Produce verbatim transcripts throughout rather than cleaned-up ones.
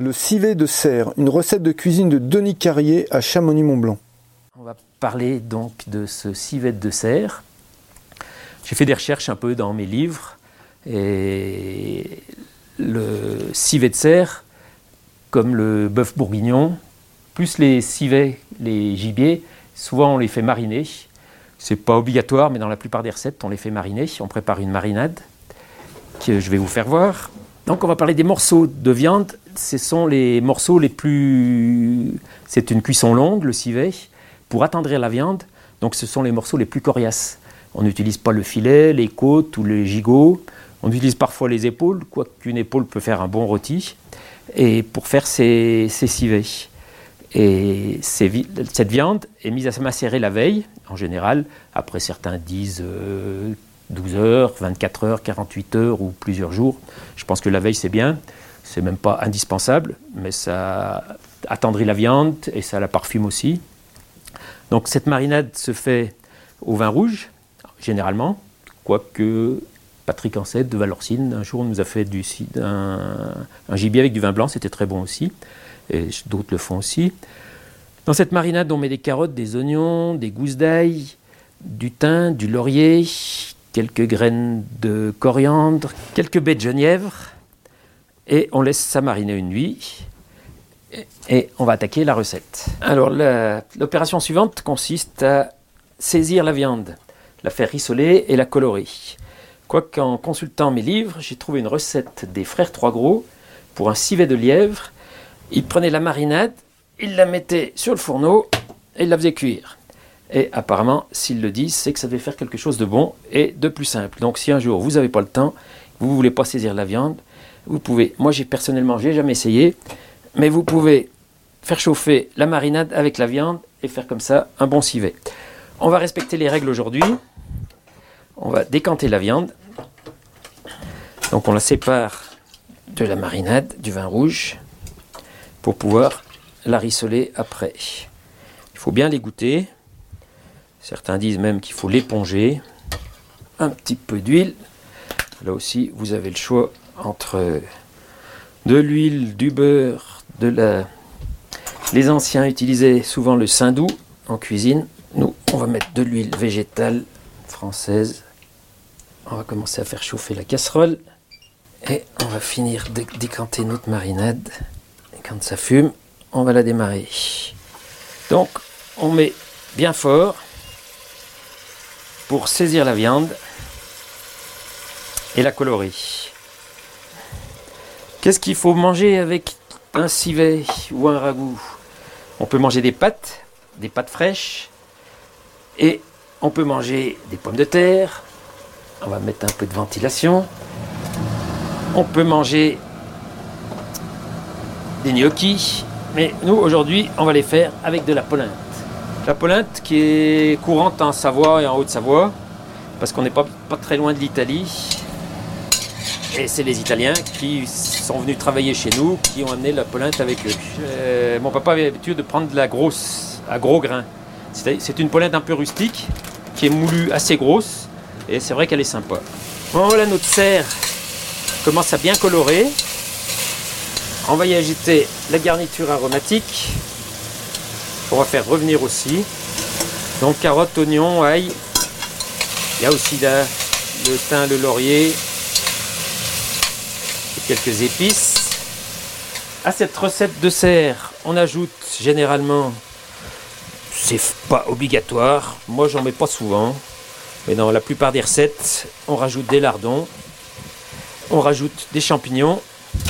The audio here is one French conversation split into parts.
Le civet de cerf, une recette de cuisine de Denis Carrier à Chamonix-Mont-Blanc. On va parler donc de ce civet de cerf. J'ai fait des recherches un peu dans mes livres et le civet de cerf, comme le bœuf bourguignon, plus les civets, les gibiers, souvent on les fait mariner. C'est pas obligatoire, mais dans la plupart des recettes, on les fait mariner. On prépare une marinade que je vais vous faire voir. Donc on va parler des morceaux de viande. Ce sont les morceaux les plus... C'est une cuisson longue, le civet, pour attendrir la viande. Donc ce sont les morceaux les plus coriaces. On n'utilise pas le filet, les côtes ou les gigots. On utilise parfois les épaules, quoiqu'une épaule peut faire un bon rôti, et pour faire ces, ces civets. Et ces, cette viande est mise à macérer la veille, en général. Après, certains disent euh, douze heures, vingt-quatre heures, quarante-huit heures ou plusieurs jours. Je pense que la veille, c'est bien. C'est même pas indispensable, mais ça attendrit la viande et ça la parfume aussi. Donc cette marinade se fait au vin rouge, généralement, quoique Patrick Ansette de Valorcine, un jour, nous a fait du, un, un gibier avec du vin blanc, c'était très bon aussi, et d'autres le font aussi. Dans cette marinade, on met des carottes, des oignons, des gousses d'ail, du thym, du laurier, quelques graines de coriandre, quelques baies de genièvre, et on laisse ça mariner une nuit, et, et on va attaquer la recette. Alors, la, l'opération suivante consiste à saisir la viande, la faire rissoler et la colorer. Quoiqu'en consultant mes livres, j'ai trouvé une recette des frères Trois Gros pour un civet de lièvre. Ils prenaient la marinade, ils la mettaient sur le fourneau et ils la faisaient cuire. Et apparemment, s'ils le disent, c'est que ça devait faire quelque chose de bon et de plus simple. Donc si un jour vous n'avez pas le temps, vous ne voulez pas saisir la viande, vous pouvez, moi j'ai personnellement, je n'ai jamais essayé, mais vous pouvez faire chauffer la marinade avec la viande et faire comme ça un bon civet. On va respecter les règles aujourd'hui. On va décanter la viande. Donc on la sépare de la marinade, du vin rouge, pour pouvoir la rissoler après. Il faut bien l'égoutter. Certains disent même qu'il faut l'éponger. Un petit peu d'huile. Là aussi, vous avez le choix entre de l'huile, du beurre, de la... Les anciens utilisaient souvent le saindoux en cuisine. Nous, on va mettre de l'huile végétale française. On va commencer à faire chauffer la casserole. Et on va finir de décanter notre marinade. Et quand ça fume, on va la démarrer. Donc, on met bien fort pour saisir la viande et la colorer. Qu'est-ce qu'il faut manger avec un civet ou un ragoût? On peut manger des pâtes, des pâtes fraîches, et on peut manger des pommes de terre. On va mettre un peu de ventilation. On peut manger des gnocchis, mais nous aujourd'hui on va les faire avec de la polenta. La polenta qui est courante en Savoie et en Haute-Savoie, parce qu'on n'est pas, pas très loin de l'Italie. Et c'est les Italiens qui sont venus travailler chez nous, qui ont amené la polenta avec eux. Euh, mon papa avait l'habitude de prendre de la grosse, à gros grains. C'est, c'est une polenta un peu rustique, qui est moulue assez grosse, et c'est vrai qu'elle est sympa. Bon, voilà, notre serre commence à bien colorer. On va y ajouter la garniture aromatique. On va faire revenir aussi. Donc carottes, oignons, ail. Il y a aussi là le thym, le laurier. Et quelques épices. À cette recette de serre, on ajoute généralement, c'est pas obligatoire, moi j'en mets pas souvent, mais dans la plupart des recettes, on rajoute des lardons. On rajoute des champignons,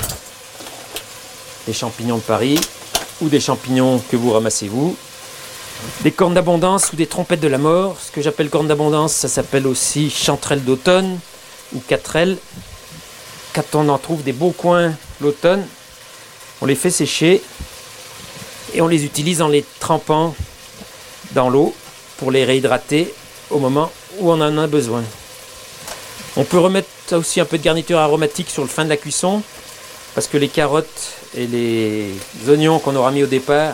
des champignons de Paris ou des champignons que vous ramassez vous, des cornes d'abondance ou des trompettes de la mort. Ce que j'appelle cornes d'abondance, ça s'appelle aussi chanterelles d'automne ou quatrelles. Quand on en trouve des beaux coins l'automne, on les fait sécher et on les utilise en les trempant dans l'eau pour les réhydrater au moment où on en a besoin. On peut remettre aussi un peu de garniture aromatique sur le fin de la cuisson, parce que les carottes et les oignons qu'on aura mis au départ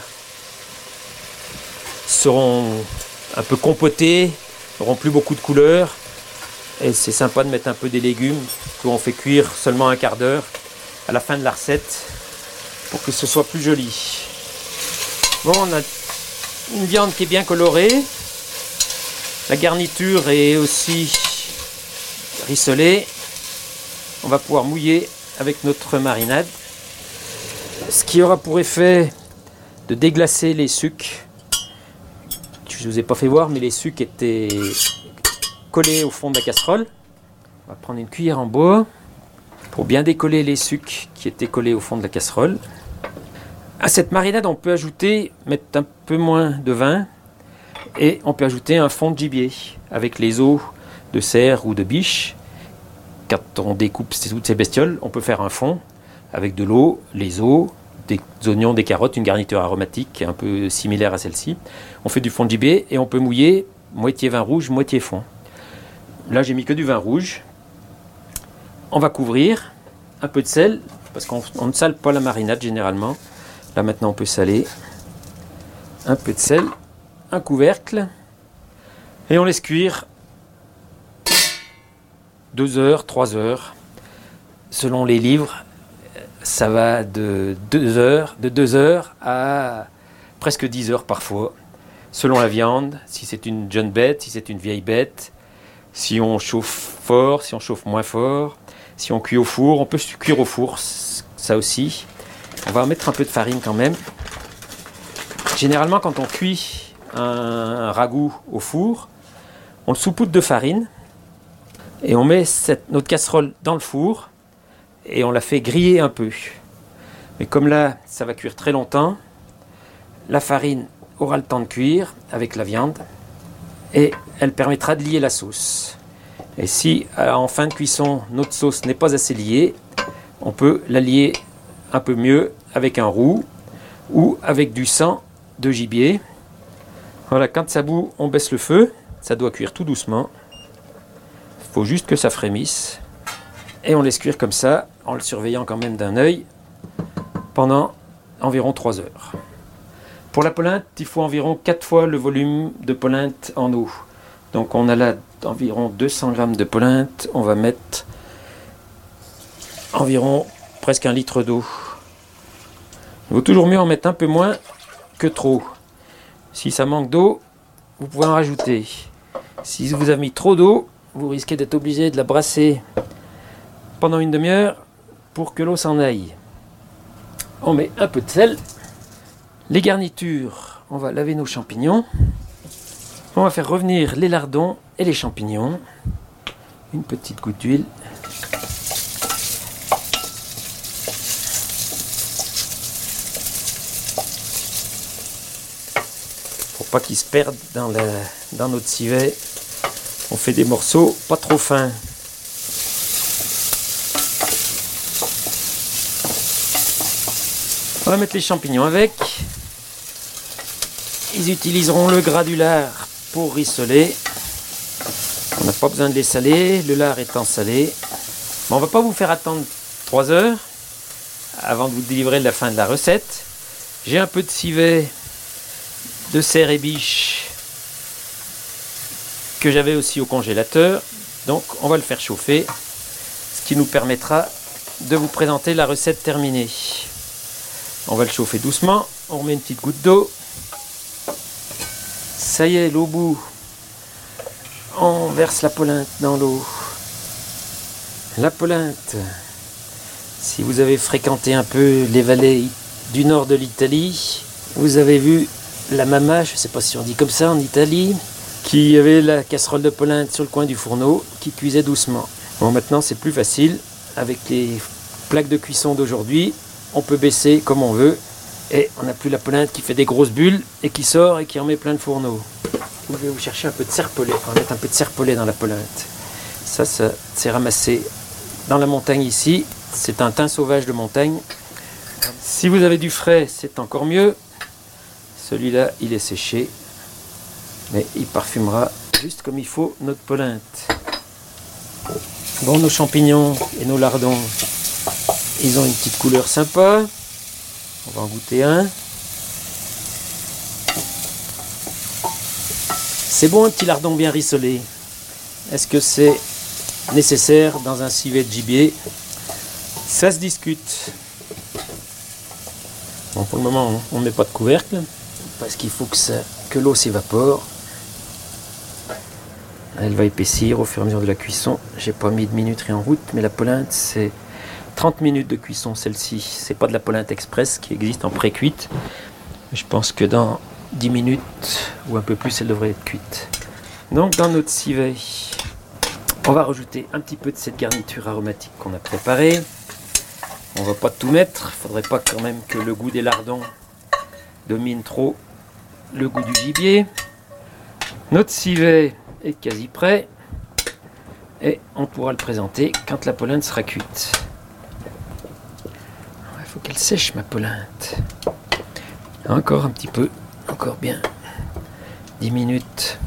seront un peu compotés, n'auront plus beaucoup de couleur, et c'est sympa de mettre un peu des légumes qu'on fait cuire seulement un quart d'heure. À la fin de la recette, pour que ce soit plus joli. Bon, on a une viande qui est bien colorée. La garniture est aussi rissolée. On va pouvoir mouiller avec notre marinade. Ce qui aura pour effet de déglacer les sucs. Je ne vous ai pas fait voir, mais les sucs étaient collés au fond de la casserole. On va prendre une cuillère en bois pour bien décoller les sucs qui étaient collés au fond de la casserole. À cette marinade, on peut ajouter, mettre un peu moins de vin et on peut ajouter un fond de gibier avec les os de cerf ou de biche. Quand on découpe toutes ces bestioles, on peut faire un fond avec de l'eau, les os, des oignons, des carottes, une garniture aromatique un peu similaire à celle-ci. On fait du fond de gibier et on peut mouiller moitié vin rouge, moitié fond. Là, j'ai mis que du vin rouge. On va couvrir un peu de sel parce qu'on ne sale pas la marinade généralement. Là, maintenant, on peut saler. Un peu de sel, un couvercle et on laisse cuire deux heures, trois heures. Selon les livres, ça va de deux heures, de deux heures à presque dix heures parfois, selon la viande, si c'est une jeune bête, si c'est une vieille bête, si on chauffe fort, si on chauffe moins fort, si on cuit au four, on peut cuire au four, ça aussi. On va mettre un peu de farine quand même. Généralement, quand on cuit un ragoût au four, on le saupoudre de farine et on met cette, notre casserole dans le four et on la fait griller un peu. Mais comme là, ça va cuire très longtemps, la farine aura le temps de cuire avec la viande et elle permettra de lier la sauce. Et si en fin de cuisson, notre sauce n'est pas assez liée, on peut la lier un peu mieux avec un roux ou avec du sang de gibier. Voilà, quand ça bout, on baisse le feu. Ça doit cuire tout doucement. Il faut juste que ça frémisse. Et on laisse cuire comme ça, en le surveillant quand même d'un œil, pendant environ trois heures. Pour la polenta, il faut environ quatre fois le volume de polenta en eau. Donc on a là environ deux cents grammes de polenta. On va mettre environ presque un litre d'eau. Il vaut toujours mieux en mettre un peu moins que trop. Si ça manque d'eau, vous pouvez en rajouter. Si vous avez mis trop d'eau, vous risquez d'être obligé de la brasser pendant une demi-heure pour que l'eau s'en aille. On met un peu de sel. Les garnitures, on va laver nos champignons. On va faire revenir les lardons et les champignons. Une petite goutte d'huile. Pour pas qu'ils se perdent dans, la, dans notre civet, on fait des morceaux pas trop fins. On va mettre les champignons avec. Ils utiliseront le gras du lard pour rissoler. On n'a pas besoin de les saler, le lard étant salé. Mais on ne va pas vous faire attendre trois heures avant de vous délivrer la fin de la recette. J'ai un peu de civet de cerf et biche que j'avais aussi au congélateur. Donc on va le faire chauffer, ce qui nous permettra de vous présenter la recette terminée. On va le chauffer doucement, on remet une petite goutte d'eau. Ça y est, l'eau bout. On verse la polenta dans l'eau. La polenta, si vous avez fréquenté un peu les vallées du nord de l'Italie, vous avez vu la mamma, je ne sais pas si on dit comme ça en Italie, qui avait la casserole de polenta sur le coin du fourneau, qui cuisait doucement. Bon, maintenant c'est plus facile, avec les plaques de cuisson d'aujourd'hui, on peut baisser comme on veut, et on n'a plus la polenta qui fait des grosses bulles, et qui sort et qui en met plein le fourneau. Vous pouvez vous chercher un peu de serpolet, on va mettre un peu de serpolet dans la polenta. Ça, ça c'est ramassé dans la montagne ici, c'est un thym sauvage de montagne. Si vous avez du frais, c'est encore mieux. Celui-là, il est séché, mais il parfumera juste comme il faut notre polenta. Bon, nos champignons et nos lardons, ils ont une petite couleur sympa. On va en goûter un. C'est bon un petit lardon bien rissolé. Est-ce que c'est nécessaire dans un civet de gibier? Ça se discute. Bon, pour le moment, on ne met pas de couvercle, parce qu'il faut que, ça, que l'eau s'évapore. Elle va épaissir au fur et à mesure de la cuisson. J'ai pas mis de minuterie en route, mais la polenta, c'est trente minutes de cuisson, celle-ci. C'est pas de la polenta express qui existe en pré-cuite. Je pense que dans dix minutes, ou un peu plus, elle devrait être cuite. Donc, dans notre civet, on va rajouter un petit peu de cette garniture aromatique qu'on a préparée. On va pas tout mettre. Il faudrait pas quand même que le goût des lardons domine trop le goût du gibier. Notre civet est quasi prêt et on pourra le présenter quand la polenta sera cuite. Il faut qu'elle sèche, ma polenta. Encore un petit peu, encore bien. dix minutes.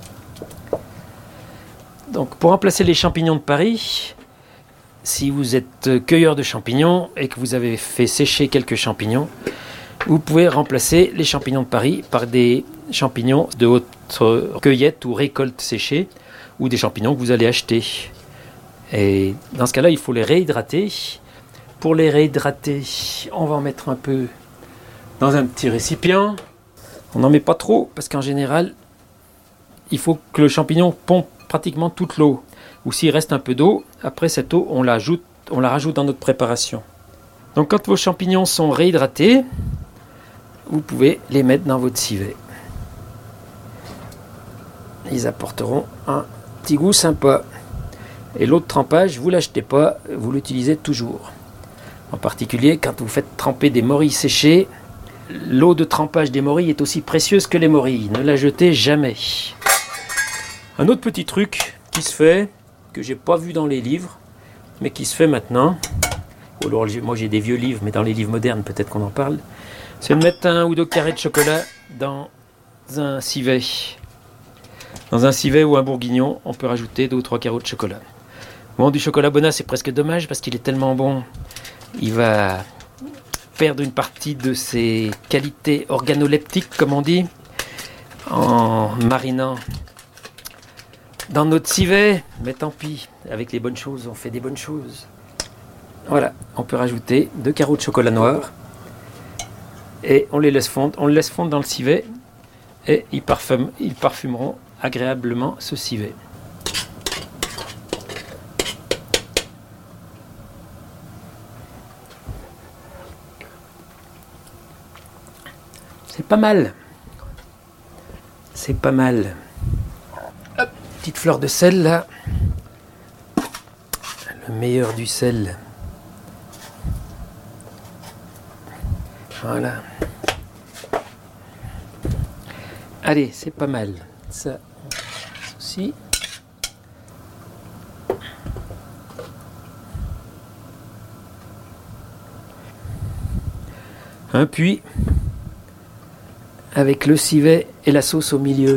Donc pour remplacer les champignons de Paris, si vous êtes cueilleur de champignons et que vous avez fait sécher quelques champignons, vous pouvez remplacer les champignons de Paris par des champignons de haute cueillette ou récolte séchée, ou des champignons que vous allez acheter. Et dans ce cas-là, il faut les réhydrater. Pour les réhydrater, on va en mettre un peu dans un petit récipient. On n'en met pas trop, parce qu'en général, il faut que le champignon pompe pratiquement toute l'eau. Ou s'il reste un peu d'eau, après cette eau, on l'ajoute, on la rajoute dans notre préparation. Donc quand vos champignons sont réhydratés, vous pouvez les mettre dans votre civet. Ils apporteront un petit goût sympa. Et l'eau de trempage, vous ne l'achetez pas, vous l'utilisez toujours. En particulier, quand vous faites tremper des morilles séchées, l'eau de trempage des morilles est aussi précieuse que les morilles. Ne la jetez jamais. Un autre petit truc qui se fait, que j'ai pas vu dans les livres, mais qui se fait maintenant. Alors, moi j'ai des vieux livres, mais dans les livres modernes, peut-être qu'on en parle. C'est de mettre un ou deux carrés de chocolat dans un civet. Dans un civet ou un bourguignon, on peut rajouter deux ou trois carreaux de chocolat. Bon, du chocolat Bona, c'est presque dommage parce qu'il est tellement bon. Il va perdre une partie de ses qualités organoleptiques, comme on dit, en marinant dans notre civet. Mais tant pis, avec les bonnes choses, on fait des bonnes choses. Voilà, on peut rajouter deux carreaux de chocolat noir et on les laisse fondre. On les laisse fondre dans le civet et ils, parfument, ils parfumeront agréablement ce civet. C'est pas mal. C'est pas mal. Hop, petite fleur de sel là. Le meilleur du sel. Voilà. Allez, c'est pas mal. Ça aussi. Un puits avec le civet et la sauce au milieu.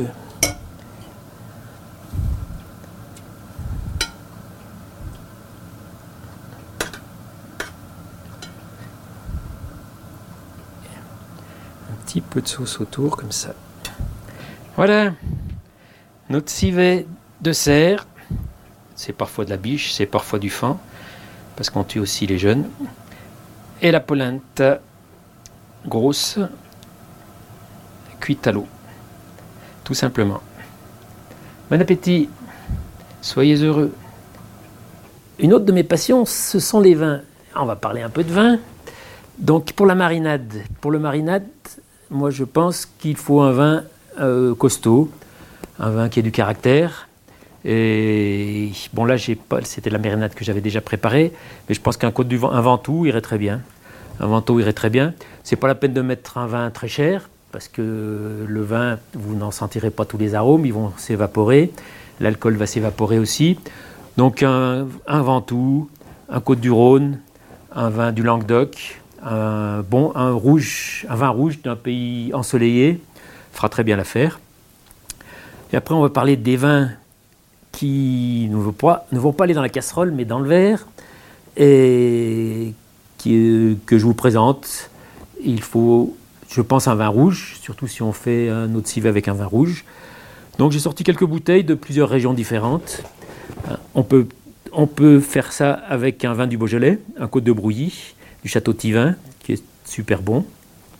Un petit peu de sauce autour comme ça. Voilà, notre civet de cerf. C'est parfois de la biche, c'est parfois du faon, parce qu'on tue aussi les jeunes. Et la polenta grosse, cuite à l'eau, tout simplement. Bon appétit, soyez heureux. Une autre de mes passions, ce sont les vins. On va parler un peu de vin. Donc pour la marinade, pour le marinade, moi je pense qu'il faut un vin euh, costaud, un vin qui ait du caractère. Et bon là, j'ai pas, c'était la marinade que j'avais déjà préparée, mais je pense qu'un côte du un Ventoux irait très bien. Un Ventoux irait très bien. C'est pas la peine de mettre un vin très cher, parce que le vin, vous n'en sentirez pas tous les arômes, ils vont s'évaporer. L'alcool va s'évaporer aussi. Donc un, un Ventoux, un Côte du Rhône, un vin du Languedoc, un, bon, un, rouge, un vin rouge d'un pays ensoleillé, fera très bien l'affaire. Et après, on va parler des vins qui ne vont pas, ne vont pas aller dans la casserole, mais dans le verre, et qui, que je vous présente. Il faut, je pense, un vin rouge, surtout si on fait un autre civet avec un vin rouge. Donc j'ai sorti quelques bouteilles de plusieurs régions différentes. On peut, on peut faire ça avec un vin du Beaujolais, un Côte de Brouilly, du Château Thivin, qui est super bon.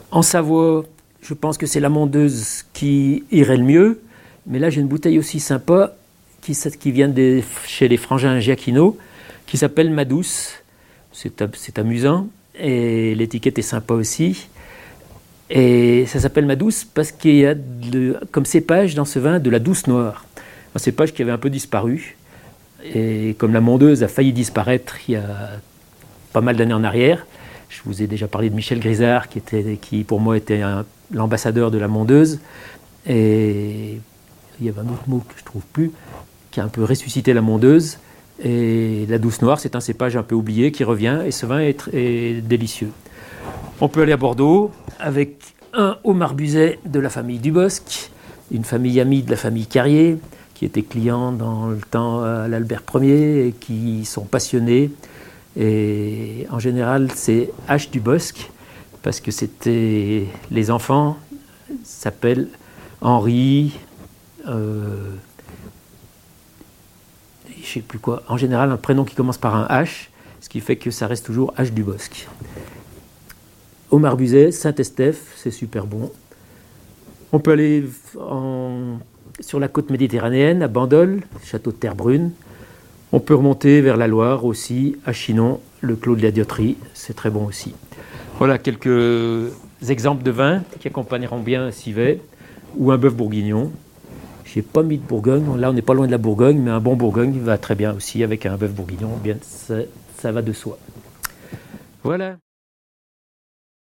En Savoie, je pense que c'est la Mondeuse qui irait le mieux. Mais là, j'ai une bouteille aussi sympa qui, qui vient de chez les frangins Giacchino, qui s'appelle Madouce. C'est, c'est amusant et l'étiquette est sympa aussi. Et ça s'appelle Madouce parce qu'il y a de, comme cépage dans ce vin de la douce noire. Un cépage qui avait un peu disparu. Et comme la Mondeuse a failli disparaître il y a pas mal d'années en arrière, je vous ai déjà parlé de Michel Grisard, qui, était, qui pour moi était un, l'ambassadeur de la Mondeuse. Et il y avait un autre mot que je ne trouve plus, qui a un peu ressuscité la Mondeuse. Et la douce noire, c'est un cépage un peu oublié qui revient, et ce vin est, est délicieux. On peut aller à Bordeaux avec un Haut Marbuzet de la famille Dubosc, une famille amie de la famille Carrier, qui était client dans le temps à l'Albert Ier et qui sont passionnés. Et en général, c'est H. Dubosc, parce que c'était les enfants s'appellent Henri, euh, je ne sais plus quoi, en général un prénom qui commence par un H, ce qui fait que ça reste toujours H. Dubosc. Au Marbuzet, Saint-Estèphe, c'est super bon. On peut aller en, sur la côte méditerranéenne, à Bandol, château de Terre-Brune. On peut remonter vers la Loire aussi, à Chinon, le Clos de la Dioterie, c'est très bon aussi. Voilà quelques exemples de vins qui accompagneront bien un civet ou un bœuf bourguignon. Je n'ai pas mis de Bourgogne, là on n'est pas loin de la Bourgogne, mais un bon Bourgogne va très bien aussi avec un bœuf bourguignon, bien, ça, ça va de soi. Voilà.